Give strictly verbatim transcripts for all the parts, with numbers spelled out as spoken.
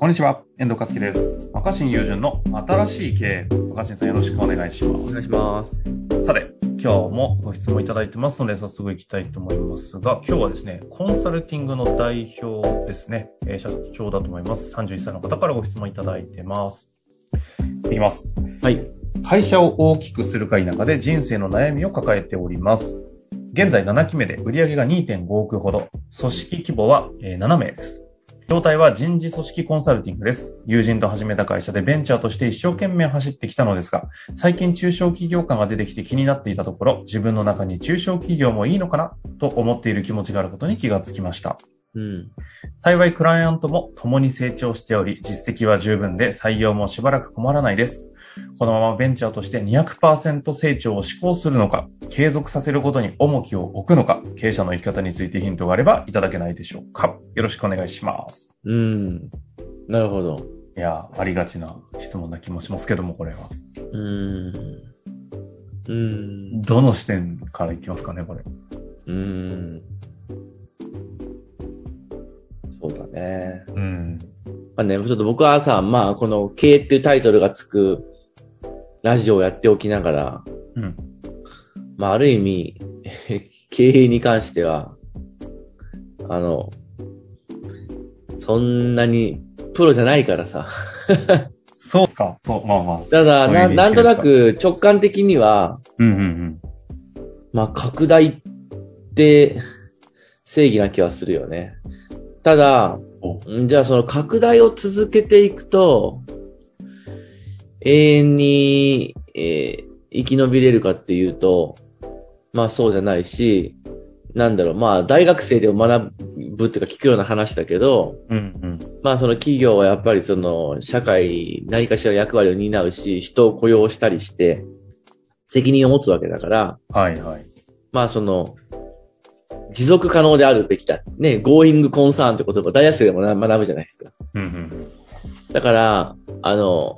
こんにちは、遠藤和樹です。若新雄純の新しい経営。若新さんよろしくお願いします。 お願いします。 さて、今日もご質問いただいてますので、早速いきたいと思いますが、今日はですね、コンサルティングの代表ですね、えー、社長だと思います。さんじゅういっさいの方からご質問いただいてます。いきます。 はい。 会社を大きくするか否かで人生の悩みを抱えております。現在ななきめで売上が にてんごおくほど、組織規模はななめいです。業態は人事組織コンサルティングです。友人と始めた会社でベンチャーとして一生懸命走ってきたのですが、最近中小企業感が出てきて気になっていたところ、自分の中に中小企業もいいのかなと思っている気持ちがあることに気がつきました。 うん、 幸いクライアントも共に成長しており、実績は十分で採用もしばらく困らないです。このままベンチャーとして にひゃくパーセント 成長を志向するのか、継続させることに重きを置くのか、経営者の生き方についてヒントがあればいただけないでしょうか。よろしくお願いします。 うん。なるほど。 いや、ありがちな質問な気もしますけども、これは。 うーん。うーん。 どの視点からいきますかね、これ。 うーん。そうだね。 うん。 まあね、ちょっと僕はさ、まあこの経営っていうタイトルがつくラジオをやっておきながら、 うん。 まあある意味、経営に関しては、あの、そんなにプロじゃないからさ。 そうっすか。そう、まあまあ。 ただな、なんとなく直感的には、 うんうんうん。 まあ拡大って正義な気はするよね。ただ、じゃあその拡大を続けていくと、永遠に、えー、生き延びれるかっていうと、まあそうじゃないし、なんだろう、まあ大学生でも学ぶっていうか聞くような話だけど、 うんうん、 まあその企業はやっぱりその社会何かしら役割を担うし、人を雇用したりして責任を持つわけだから、 はいはい。 まあその持続可能であるべきだ。ね、going concern って言葉大学生でも学ぶじゃないですか。 うんうん、 だから、あの、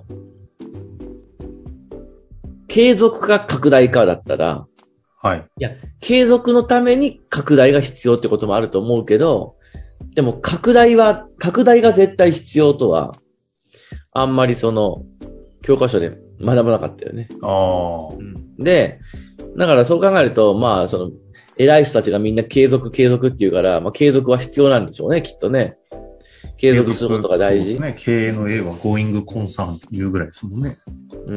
継続か拡大かだったら、 はい。 いや、継続のために拡大が必要ってこともあると思うけど、でも拡大は、拡大が絶対必要とは、あんまりその、教科書で学ばなかったよね。 ああ、 うん。で、だからそう考えると、まあ、その、偉い人たちがみんな継続継続って言うから、まあ継続は必要なんでしょうね、きっとね。継続することが大事。 そうですね。経営の A は going concern っていうぐらいですもんね。 うん。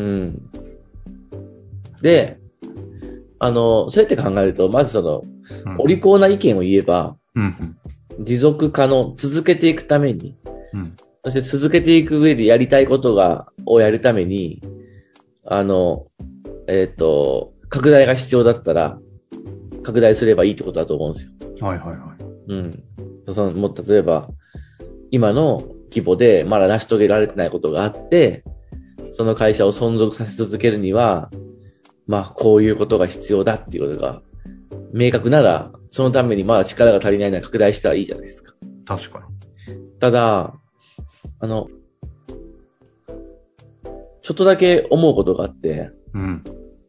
で、あの、そうやって考えると、まずその、うん、お利口な意見を言えば、 うんうん、 持続可能、続けていくために、 うん、 そして続けていく上でやりたいことが、をやるために、あの、えっと、拡大が必要だったら、拡大すればいいってことだと思うんですよ。 はいはいはい。 うん。その、もう例えば、今の規模でまだ成し遂げられてないことがあって、その会社を存続させ続けるには、まあ、こういうことが必要だっていうことが明確なら、そのためにまだ力が足りないなら拡大したらいいじゃないですか。 確かに。 ただ、あの、ちょっとだけ思うことがあって、 うん。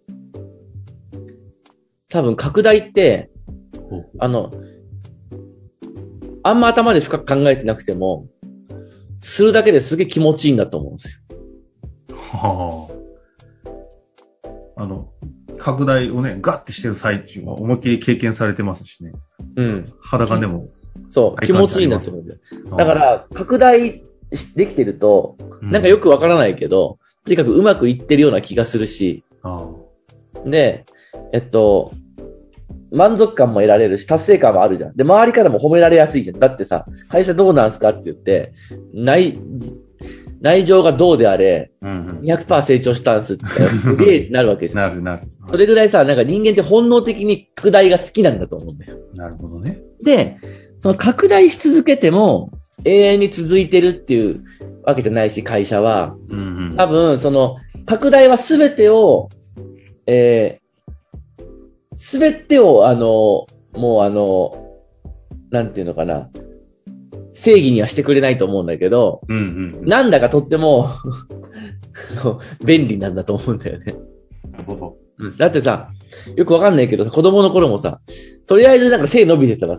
多分拡大って、あの、あんま頭で深く考えてなくても、するだけですげえ気持ちいいんだと思うんですよ。 はあ。あの、拡大をね、ガッてしてる最中は思いっきり経験されてますしね。 うん。 肌感でも。 そう、気持ちいいんだと思うんだよ。だから、拡大できてると、なんかよくわからないけど、うん、とにかくうまくいってるような気がするし、 あで、えっと、満足感も得られるし、達成感もあるじゃん。で、周りからも褒められやすいじゃん。だってさ、会社どうなんすかって言って、内、内情がどうであれ、 うんうん、 にひゃくパーセント 成長したんすってすげえってなるわけじゃん。 なるなる。 それぐらいさ、なんか人間って本能的に拡大が好きなんだと思うんだよ。 なるほどね。 で、その拡大し続けても永遠に続いてるっていうわけじゃないし、会社は。 うんうん、 多分、その、拡大はすべてを、えー、すべてを、あの、もうあの、なんていうのかな、正義にはしてくれないと思うんだけど、 うんうんうん、 なんだかとっても便利なんだと思うんだよね。 なるほど。 だってさ、よくわかんないけど、子供の頃もさ、とりあえずなんか背伸びてたらさ、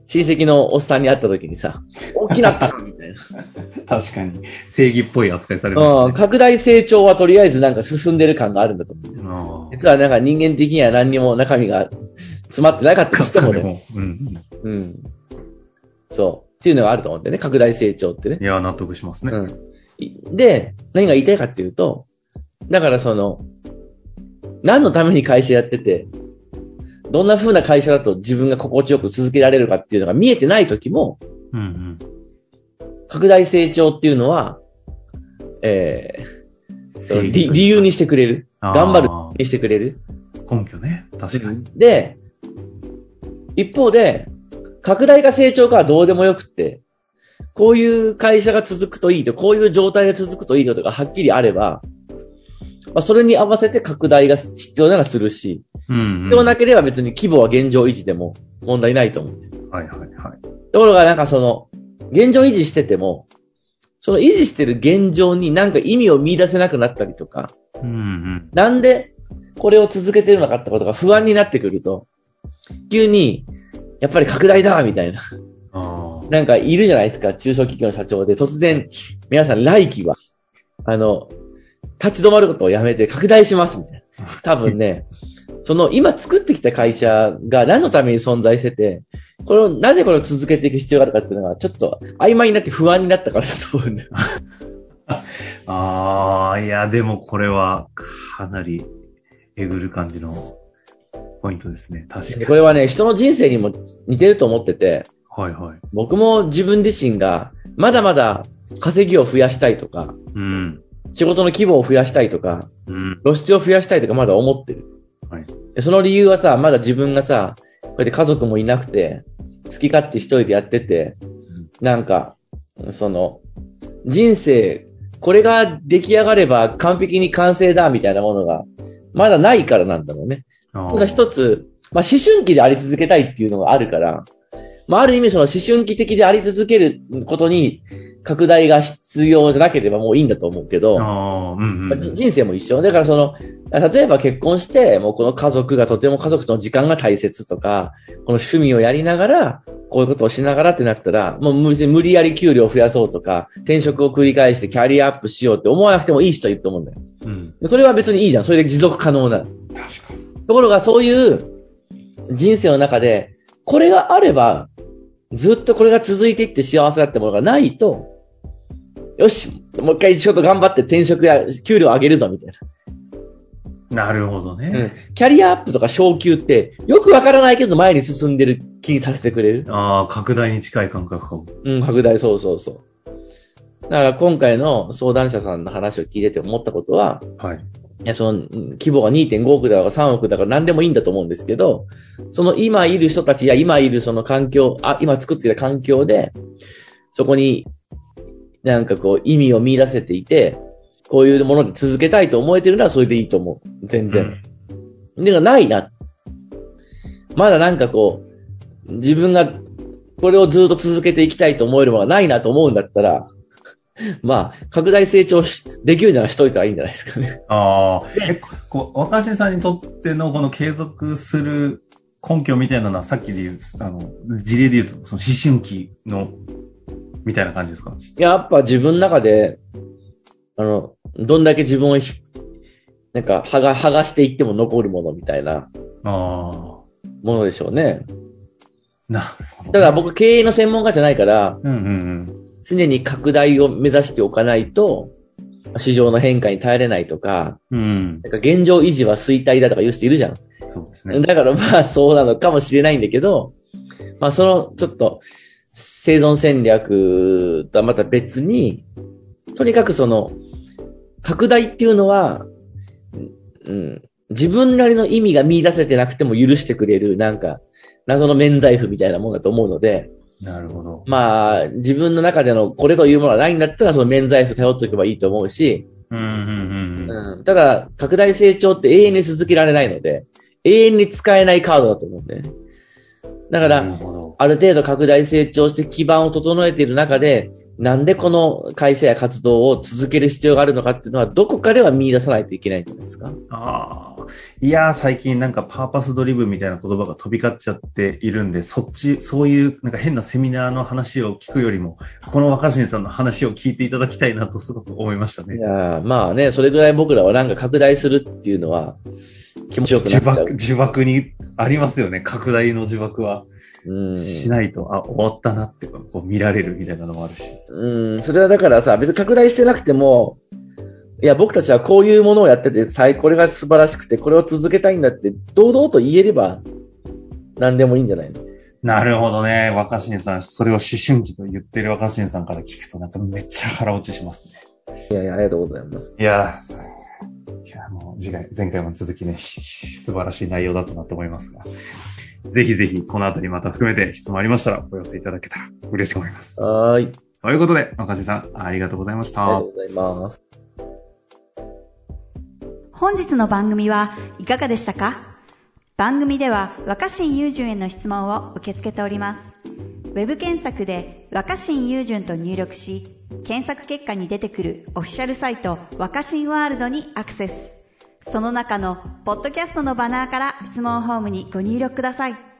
親戚のおっさんに会った時にさ、大きなったみたいな。 確かに。正義っぽい扱いされる、ね。 うん。拡大成長はとりあえずなんか進んでる感があるんだと思う。実はなんか人間的には何にも中身が詰まってなかったとしてもね。うん。うん。そう。っていうのがあると思うんだよね。拡大成長ってね。 いや、納得しますね。 うん。で、何が言いたいかっていうと、だからその、何のために会社やってて、どんな風な会社だと自分が心地よく続けられるかっていうのが見えてない時も、うんうん、拡大成長っていうのは、えー、理, 理由にしてくれる。頑張るにしてくれる。 根拠ね。確かに。 で、一方で、拡大か成長かはどうでもよくって、こういう会社が続くといいと、こういう状態が続くといいとかはっきりあれば、まあ、それに合わせて拡大が必要ならするし、うんうん、必要なければ別に規模は現状維持でも問題ないと思う。はいはいはい。ところがなんかその、現状維持してても、その維持してる現状になんか意味を見出せなくなったりとか、うんうん、なんでこれを続けてるのかってことが不安になってくると、急に、やっぱり拡大だみたいな。なんかいるじゃないですか、中小企業の社長で突然、皆さん来期は、あの、立ち止まることをやめて拡大しますみたいな。多分ね、その今作ってきた会社が何のために存在してて、これを、なぜこれを続けていく必要があるかっていうのがちょっと曖昧になって不安になったからだと思うんだよ。 ああ、いや、でもこれはかなりえぐる感じのポイントですね。確かに。 これはね、人の人生にも似てると思ってて、 はいはい。 僕も自分自身がまだまだ稼ぎを増やしたいとか、うん、仕事の規模を増やしたいとか、うん、露出を増やしたいとかまだ思ってる。はい、その理由はさ、まだ自分がさ、こうやって家族もいなくて、好き勝手一人でやってて、うん、なんか、その、人生、これが出来上がれば完璧に完成だみたいなものが、まだないからなんだろうね。ただ一つ、まあ思春期であり続けたいっていうのがあるから、まあある意味その思春期的であり続けることに拡大が必要じゃなければもういいんだと思うけど、うんうんうん、人生も一緒。だからその、例えば結婚して、もうこの家族がとても家族との時間が大切とか、この趣味をやりながら、こういうことをしながらってなったら、もう無理やり給料を増やそうとか、転職を繰り返してキャリアアップしようって思わなくてもいい人いると思うんだよ。うん、それは別にいいじゃん。それで持続可能な。確かに。ところがそういう人生の中で、これがあれば、ずっとこれが続いていって幸せだってものがないと、よし、もう一回ちょっと頑張って転職や給料上げるぞみたいな。なるほどね、 うん。キャリアアップとか昇給ってよくわからないけど前に進んでる気にさせてくれる。 ああ、拡大に近い感覚かも。 うん、拡大、そうそうそう。だから今回の相談者さんの話を聞いてて思ったことは、はい。いや、その規模が にてんごおくだからさんおくだから何でもいいんだと思うんですけど、その今いる人たちや今いるその環境、あ、今作ってきた環境で、そこになんかこう意味を見出せていて、こういうもので続けたいと思えてるならそれでいいと思う。全然。うん、でもないな。まだなんかこう、自分がこれをずっと続けていきたいと思えるものがないなと思うんだったら、まあ、拡大成長できるならしといたらいいんじゃないですかね。 ああ。え、こう、若新さんにとってのこの継続する根拠みたいなのはさっきで言う、あの、事例で言うと、その思春期の、みたいな感じですか？ やっぱ自分の中で、あの、どんだけ自分をひ、なんか、剥が、剥がしていっても残るものみたいな、ああ。ものでしょうね。なるほど、ね。ただ僕経営の専門家じゃないから、うんうんうん。常に拡大を目指しておかないと、市場の変化に耐えれないとか、うん、なんか現状維持は衰退だとか言う人いるじゃん。そうですね。だからまあそうなのかもしれないんだけど、まあそのちょっと生存戦略とはまた別に、とにかくその拡大っていうのは、うん、自分なりの意味が見出せてなくても許してくれるなんか謎の免罪符みたいなものだと思うので、 なるほど。 まあ、自分の中でのこれというものがないんだったら、その免罪符頼っておけばいいと思うし、うんうんうんうん、ただ、拡大成長って永遠に続けられないので、永遠に使えないカードだと思うんだよね。だから、ある程度拡大成長して基盤を整えている中で、 なんでこの会社や活動を続ける必要があるのかっていうのは、どこかでは見出さないといけないんじゃないですか。 ああ。いやー、最近なんかパーパスドリブンみたいな言葉が飛び交っちゃっているんで、そっち、そういうなんか変なセミナーの話を聞くよりも、この若新さんの話を聞いていただきたいなとすごく思いましたね。 いやー、まあね、それぐらい僕らはなんか拡大するっていうのは気持ちよくなっちゃう。 呪縛、呪縛にありますよね。拡大の呪縛は。 うん。 しないと、あ、終わったなってこう見られるみたいなのもあるし。 うん、それはだからさ、別に拡大してなくても、いや、僕たちはこういうものをやってて、最これが素晴らしくて、これを続けたいんだって、堂々と言えれば、何でもいいんじゃないの？ なるほどね。若新さん、それを思春期と言ってる若新さんから聞くと、なんかめっちゃ腹落ちしますね。 いやいや、ありがとうございます。 いやー、いやもう次回、前回も続きね、素晴らしい内容だったなと思いますが。ぜひぜひ、このあたりまた含めて質問ありましたら、お寄せいただけたら嬉しく思います。 はーい。 ということで、若新さん、ありがとうございました。 ありがとうございます。 本日の番組はいかがでしたか？番組では若新雄純への質問を受け付けております。ウェブ検索で若新雄純と入力し、検索結果に出てくるオフィシャルサイト若新ワールドにアクセス。その中のポッドキャストのバナーから質問フォームにご入力ください。